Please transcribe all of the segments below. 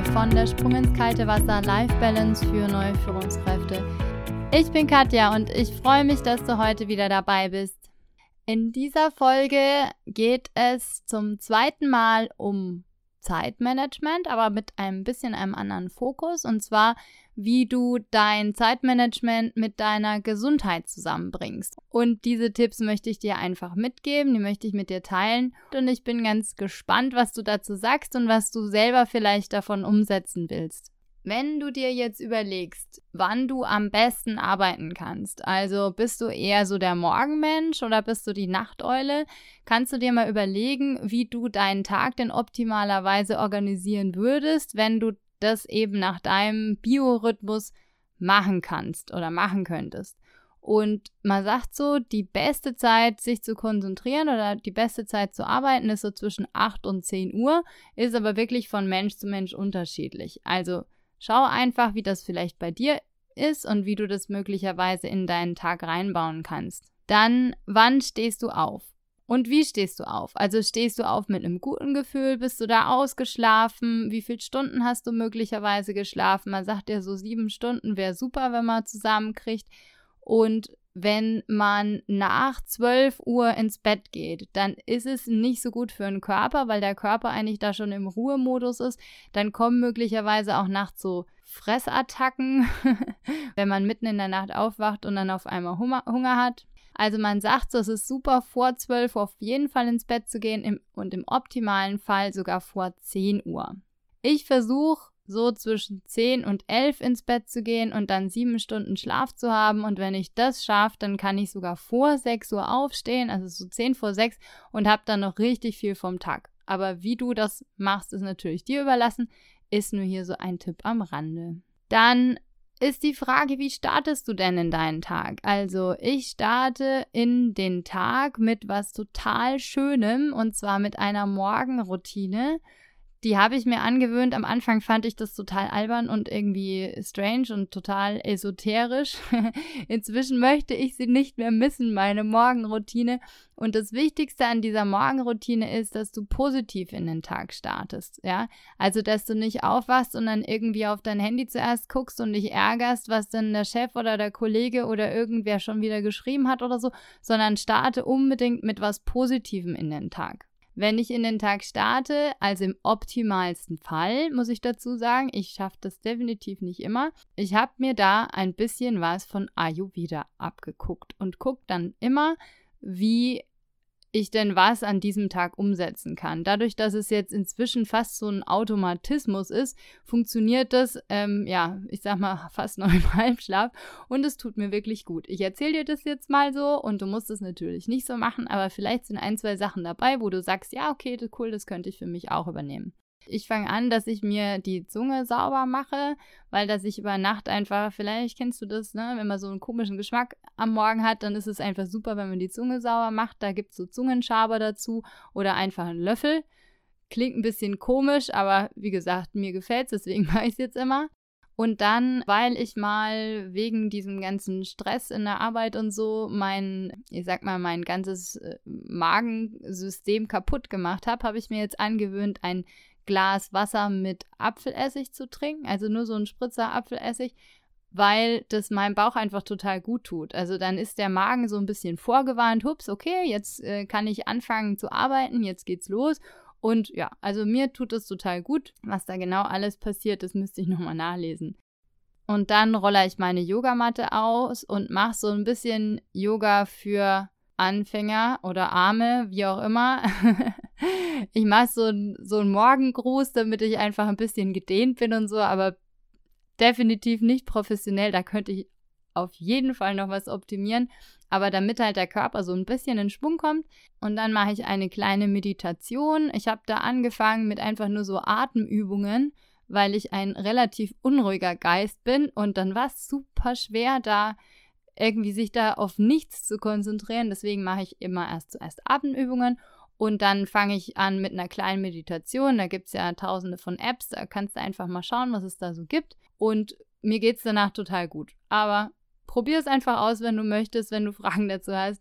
von der Sprung ins kalte Wasser Life Balance für neue Führungskräfte. Ich bin Katja und ich freue mich, dass du heute wieder dabei bist. In dieser Folge geht es zum zweiten Mal um Zeitmanagement, aber mit ein bisschen einem anderen Fokus, und zwar, wie du dein Zeitmanagement mit deiner Gesundheit zusammenbringst. Und diese Tipps möchte ich dir einfach mitgeben, die möchte ich mit dir teilen. Und ich bin ganz gespannt, was du dazu sagst und was du selber vielleicht davon umsetzen willst. Wenn du dir jetzt überlegst, wann du am besten arbeiten kannst, also bist du eher so der Morgenmensch oder bist du die Nachteule, kannst du dir mal überlegen, wie du deinen Tag denn optimalerweise organisieren würdest, wenn du das eben nach deinem Biorhythmus machen kannst oder machen könntest. Und man sagt so, die beste Zeit, sich zu konzentrieren oder die beste Zeit zu arbeiten, ist so zwischen 8 und 10 Uhr, ist aber wirklich von Mensch zu Mensch unterschiedlich. Also schau einfach, wie das vielleicht bei dir ist und wie du das möglicherweise in deinen Tag reinbauen kannst. Dann, wann stehst du auf? Und wie stehst du auf? Also stehst du auf mit einem guten Gefühl? Bist du da ausgeschlafen? Wie viele Stunden hast du möglicherweise geschlafen? Man sagt ja, so 7 Stunden wäre super, wenn man zusammenkriegt. Und wenn man nach 12 Uhr ins Bett geht, dann ist es nicht so gut für den Körper, weil der Körper eigentlich da schon im Ruhemodus ist. Dann kommen möglicherweise auch nachts so Fressattacken, wenn man mitten in der Nacht aufwacht und dann auf einmal Hunger hat. Also man sagt so, es ist super, vor 12 Uhr auf jeden Fall ins Bett zu gehen und im optimalen Fall sogar vor 10 Uhr. Ich versuche so zwischen 10 und 11 ins Bett zu gehen und dann 7 Stunden Schlaf zu haben. Und wenn ich das schaffe, dann kann ich sogar vor 6 Uhr aufstehen, also so 10 vor 6, und habe dann noch richtig viel vom Tag. Aber wie du das machst, ist natürlich dir überlassen, ist nur hier so ein Tipp am Rande. Dann ist die Frage, wie startest du denn in deinen Tag? Also ich starte in den Tag mit was total Schönem, und zwar mit einer Morgenroutine. Die habe ich mir angewöhnt. Am Anfang fand ich das total albern und irgendwie strange und total esoterisch. Inzwischen möchte ich sie nicht mehr missen, meine Morgenroutine. Und das Wichtigste an dieser Morgenroutine ist, dass du positiv in den Tag startest. Ja? Also, dass du nicht aufwachst und dann irgendwie auf dein Handy zuerst guckst und dich ärgerst, was denn der Chef oder der Kollege oder irgendwer schon wieder geschrieben hat oder so, sondern starte unbedingt mit was Positivem in den Tag. Wenn ich in den Tag starte, also im optimalsten Fall, muss ich dazu sagen, ich schaffe das definitiv nicht immer. Ich habe mir da ein bisschen was von Ayurveda abgeguckt und gucke dann immer, wie ich denn was an diesem Tag umsetzen kann. Dadurch, dass es jetzt inzwischen fast so ein Automatismus ist, funktioniert das, ich sag mal, fast noch im Halbschlaf, und es tut mir wirklich gut. Ich erzähle dir das jetzt mal so, und du musst es natürlich nicht so machen, aber vielleicht sind 1, 2 Sachen dabei, wo du sagst, ja, okay, cool, das könnte ich für mich auch übernehmen. Ich fange an, dass ich mir die Zunge sauber mache, weil dass ich über Nacht einfach, vielleicht kennst du das, ne, wenn man so einen komischen Geschmack am Morgen hat, dann ist es einfach super, wenn man die Zunge sauber macht. Da gibt es so Zungenschaber dazu oder einfach einen Löffel. Klingt ein bisschen komisch, aber wie gesagt, mir gefällt es, deswegen mache ich es jetzt immer. Und dann, weil ich mal wegen diesem ganzen Stress in der Arbeit und so mein ganzes Magensystem kaputt gemacht habe, habe ich mir jetzt angewöhnt, ein Glas Wasser mit Apfelessig zu trinken, also nur so ein Spritzer Apfelessig, weil das meinem Bauch einfach total gut tut. Also dann ist der Magen so ein bisschen vorgewarnt, hups, okay, jetzt kann ich anfangen zu arbeiten, jetzt geht's los. Und ja, also mir tut es total gut. Was da genau alles passiert, das müsste ich nochmal nachlesen. Und dann rolle ich meine Yogamatte aus und mache so ein bisschen Yoga für Anfänger oder Arme, wie auch immer. Ich mache so einen Morgengruß, damit ich einfach ein bisschen gedehnt bin und so, aber definitiv nicht professionell. Da könnte ich auf jeden Fall noch was optimieren, aber damit halt der Körper so ein bisschen in Schwung kommt. Und dann mache ich eine kleine Meditation. Ich habe da angefangen mit einfach nur so Atemübungen, weil ich ein relativ unruhiger Geist bin, und dann war es super schwer, da irgendwie sich da auf nichts zu konzentrieren. Deswegen mache ich immer zuerst Atemübungen und dann fange ich an mit einer kleinen Meditation. Da gibt es ja tausende von Apps, da kannst du einfach mal schauen, was es da so gibt. Und mir geht es danach total gut. Aber probier es einfach aus, wenn du möchtest, wenn du Fragen dazu hast.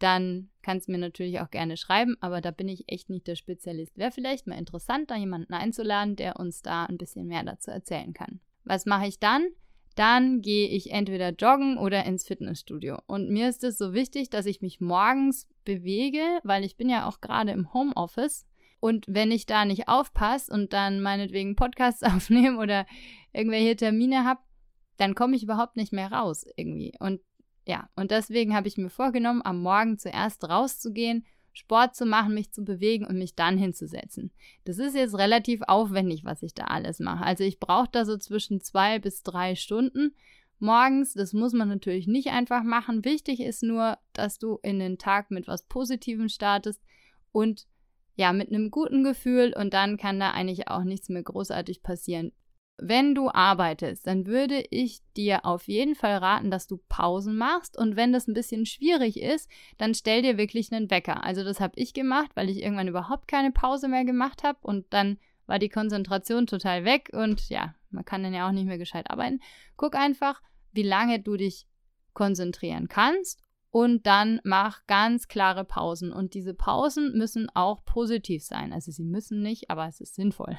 dann kannst du mir natürlich auch gerne schreiben, aber da bin ich echt nicht der Spezialist. Wäre vielleicht mal interessant, da jemanden einzuladen, der uns da ein bisschen mehr dazu erzählen kann. Was mache ich dann? Dann gehe ich entweder joggen oder ins Fitnessstudio. Und mir ist es so wichtig, dass ich mich morgens bewege, weil ich bin ja auch gerade im Homeoffice. Und wenn ich da nicht aufpasse und dann meinetwegen Podcasts aufnehme oder irgendwelche Termine habe, dann komme ich überhaupt nicht mehr raus irgendwie. Und deswegen habe ich mir vorgenommen, am Morgen zuerst rauszugehen, Sport zu machen, mich zu bewegen und mich dann hinzusetzen. Das ist jetzt relativ aufwendig, was ich da alles mache. Also ich brauche da so zwischen 2 bis 3 Stunden morgens. Das muss man natürlich nicht einfach machen. Wichtig ist nur, dass du in den Tag mit was Positivem startest und ja, mit einem guten Gefühl, und dann kann da eigentlich auch nichts mehr großartig passieren. Wenn du arbeitest, dann würde ich dir auf jeden Fall raten, dass du Pausen machst, und wenn das ein bisschen schwierig ist, dann stell dir wirklich einen Wecker. Also das habe ich gemacht, weil ich irgendwann überhaupt keine Pause mehr gemacht habe und dann war die Konzentration total weg und ja, man kann dann ja auch nicht mehr gescheit arbeiten. Guck einfach, wie lange du dich konzentrieren kannst und dann mach ganz klare Pausen, und diese Pausen müssen auch positiv sein. Also sie müssen nicht, aber es ist sinnvoll.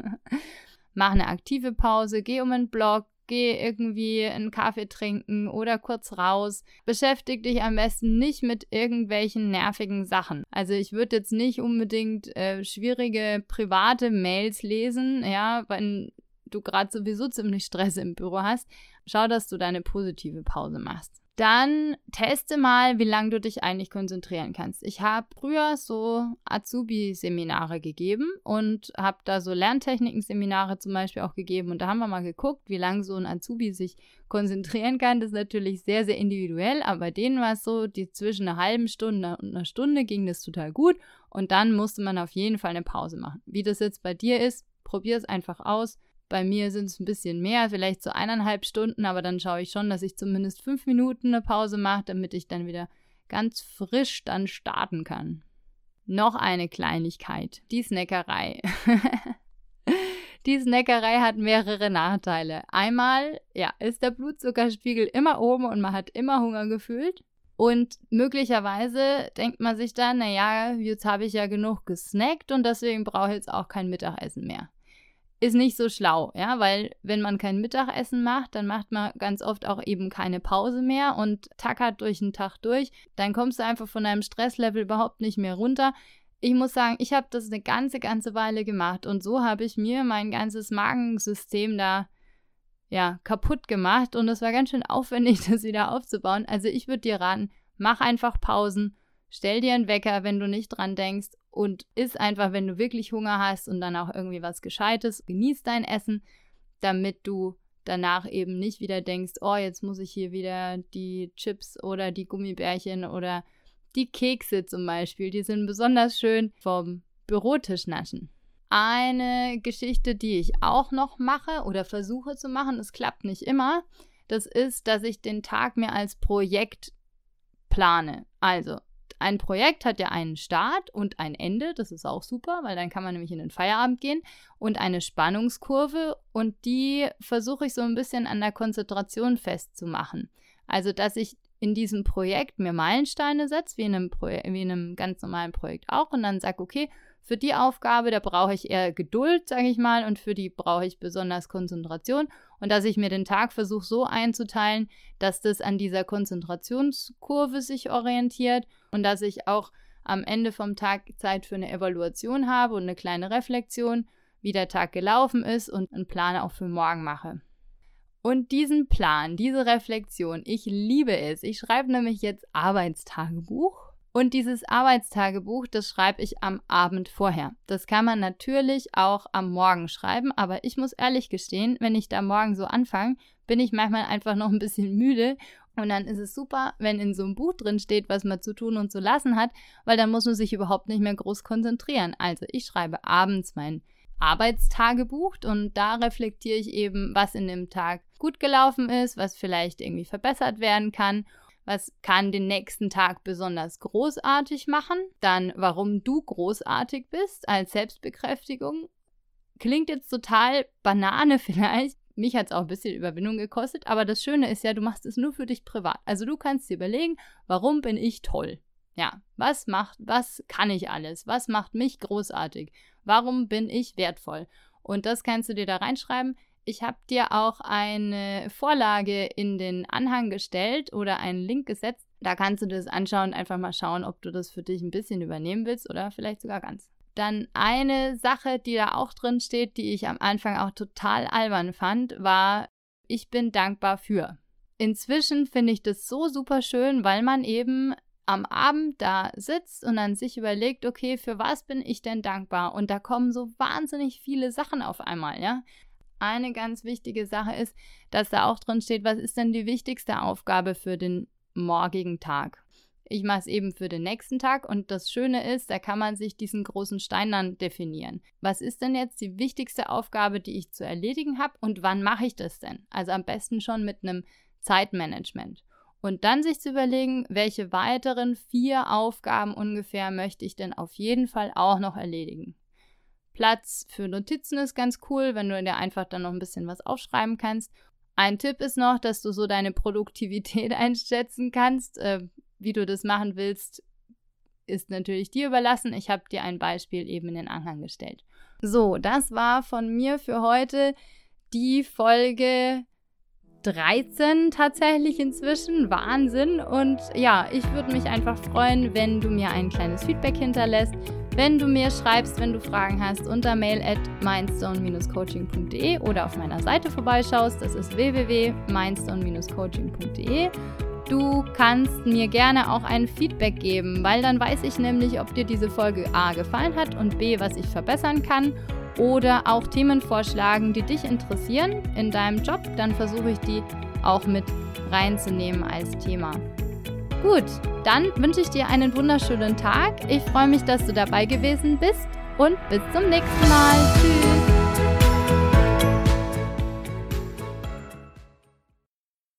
Mach eine aktive Pause, geh um einen Block, geh irgendwie einen Kaffee trinken oder kurz raus. Beschäftige dich am besten nicht mit irgendwelchen nervigen Sachen. Also ich würde jetzt nicht unbedingt schwierige private Mails lesen, ja, wenn du gerade sowieso ziemlich Stress im Büro hast. Schau, dass du deine positive Pause machst. Dann teste mal, wie lange du dich eigentlich konzentrieren kannst. Ich habe früher so Azubi-Seminare gegeben und habe da so Lerntechniken-Seminare zum Beispiel auch gegeben. Und da haben wir mal geguckt, wie lange so ein Azubi sich konzentrieren kann. Das ist natürlich sehr, sehr individuell, aber bei denen war es so, zwischen einer halben Stunde und einer Stunde ging das total gut. Und dann musste man auf jeden Fall eine Pause machen. Wie das jetzt bei dir ist, probier es einfach aus. Bei mir sind es ein bisschen mehr, vielleicht so 1,5 Stunden, aber dann schaue ich schon, dass ich zumindest 5 Minuten eine Pause mache, damit ich dann wieder ganz frisch dann starten kann. Noch eine Kleinigkeit, die Snackerei. Die Snackerei hat mehrere Nachteile. Einmal, ja, ist der Blutzuckerspiegel immer oben und man hat immer Hunger gefühlt. Und möglicherweise denkt man sich dann, naja, jetzt habe ich ja genug gesnackt und deswegen brauche ich jetzt auch kein Mittagessen mehr. Ist nicht so schlau, ja, weil wenn man kein Mittagessen macht, dann macht man ganz oft auch eben keine Pause mehr und tackert durch den Tag durch. Dann kommst du einfach von deinem Stresslevel überhaupt nicht mehr runter. Ich muss sagen, ich habe das eine ganze Weile gemacht und so habe ich mir mein ganzes Magensystem da kaputt gemacht und es war ganz schön aufwendig, das wieder aufzubauen. Also ich würde dir raten, mach einfach Pausen, stell dir einen Wecker, wenn du nicht dran denkst, und iss einfach, wenn du wirklich Hunger hast und dann auch irgendwie was Gescheites. Genieß dein Essen, damit du danach eben nicht wieder denkst, oh, jetzt muss ich hier wieder die Chips oder die Gummibärchen oder die Kekse zum Beispiel, die sind besonders schön, vom Bürotisch naschen. Eine Geschichte, die ich auch noch mache oder versuche zu machen, es klappt nicht immer, das ist, dass ich den Tag mir als Projekt plane. Also, ein Projekt hat ja einen Start und ein Ende, das ist auch super, weil dann kann man nämlich in den Feierabend gehen, und eine Spannungskurve, und die versuche ich so ein bisschen an der Konzentration festzumachen. Also, dass ich in diesem Projekt mir Meilensteine setze, wie in einem ganz normalen Projekt auch, und dann sage, okay, für die Aufgabe, da brauche ich eher Geduld, sage ich mal, und für die brauche ich besonders Konzentration, und dass ich mir den Tag versuche so einzuteilen, dass das an dieser Konzentrationskurve sich orientiert und dass ich auch am Ende vom Tag Zeit für eine Evaluation habe und eine kleine Reflexion, wie der Tag gelaufen ist, und einen Plan auch für morgen mache. Und diesen Plan, diese Reflexion, ich liebe es. Ich schreibe nämlich jetzt Arbeitstagebuch. Und dieses Arbeitstagebuch, das schreibe ich am Abend vorher. Das kann man natürlich auch am Morgen schreiben, aber ich muss ehrlich gestehen, wenn ich da morgen so anfange, bin ich manchmal einfach noch ein bisschen müde. Und dann ist es super, wenn in so einem Buch drin steht, was man zu tun und zu lassen hat, weil dann muss man sich überhaupt nicht mehr groß konzentrieren. Also ich schreibe abends mein Arbeitstagebuch und da reflektiere ich eben, was in dem Tag gut gelaufen ist, was vielleicht irgendwie verbessert werden kann. Was kann den nächsten Tag besonders großartig machen? Dann, warum du großartig bist als Selbstbekräftigung. Klingt jetzt total Banane vielleicht. Mich hat es auch ein bisschen Überwindung gekostet. Aber das Schöne ist ja, du machst es nur für dich privat. Also du kannst dir überlegen, warum bin ich toll? Ja, was kann ich alles? Was macht mich großartig? Warum bin ich wertvoll? Und das kannst du dir da reinschreiben. Ich habe dir auch eine Vorlage in den Anhang gestellt oder einen Link gesetzt. Da kannst du das anschauen, einfach mal schauen, ob du das für dich ein bisschen übernehmen willst oder vielleicht sogar ganz. Dann eine Sache, die da auch drin steht, die ich am Anfang auch total albern fand, war, ich bin dankbar für. Inzwischen finde ich das so super schön, weil man eben am Abend da sitzt und dann sich überlegt, okay, für was bin ich denn dankbar? Und da kommen so wahnsinnig viele Sachen auf einmal, ja. Eine ganz wichtige Sache ist, dass da auch drin steht, was ist denn die wichtigste Aufgabe für den morgigen Tag? Ich mache es eben für den nächsten Tag und das Schöne ist, da kann man sich diesen großen Stein dann definieren. Was ist denn jetzt die wichtigste Aufgabe, die ich zu erledigen habe und wann mache ich das denn? Also am besten schon mit einem Zeitmanagement. Und dann sich zu überlegen, welche weiteren 4 Aufgaben ungefähr möchte ich denn auf jeden Fall auch noch erledigen. Platz für Notizen ist ganz cool, wenn du dir einfach dann noch ein bisschen was aufschreiben kannst. Ein Tipp ist noch, dass du so deine Produktivität einschätzen kannst. Wie du das machen willst, ist natürlich dir überlassen. Ich habe dir ein Beispiel eben in den Anhang gestellt. So, das war von mir für heute die Folge 13 tatsächlich inzwischen. Wahnsinn. Und ja, ich würde mich einfach freuen, wenn du mir ein kleines Feedback hinterlässt, wenn du mir schreibst, wenn du Fragen hast, unter mail@mindstone-coaching.de oder auf meiner Seite vorbeischaust. Das ist www.mindstone-coaching.de. Du kannst mir gerne auch ein Feedback geben, weil dann weiß ich nämlich, ob dir diese Folge A gefallen hat und B, was ich verbessern kann oder auch Themen vorschlagen, die dich interessieren in deinem Job. Dann versuche ich die auch mit reinzunehmen als Thema. Gut, dann wünsche ich dir einen wunderschönen Tag. Ich freue mich, dass du dabei gewesen bist und bis zum nächsten Mal. Tschüss!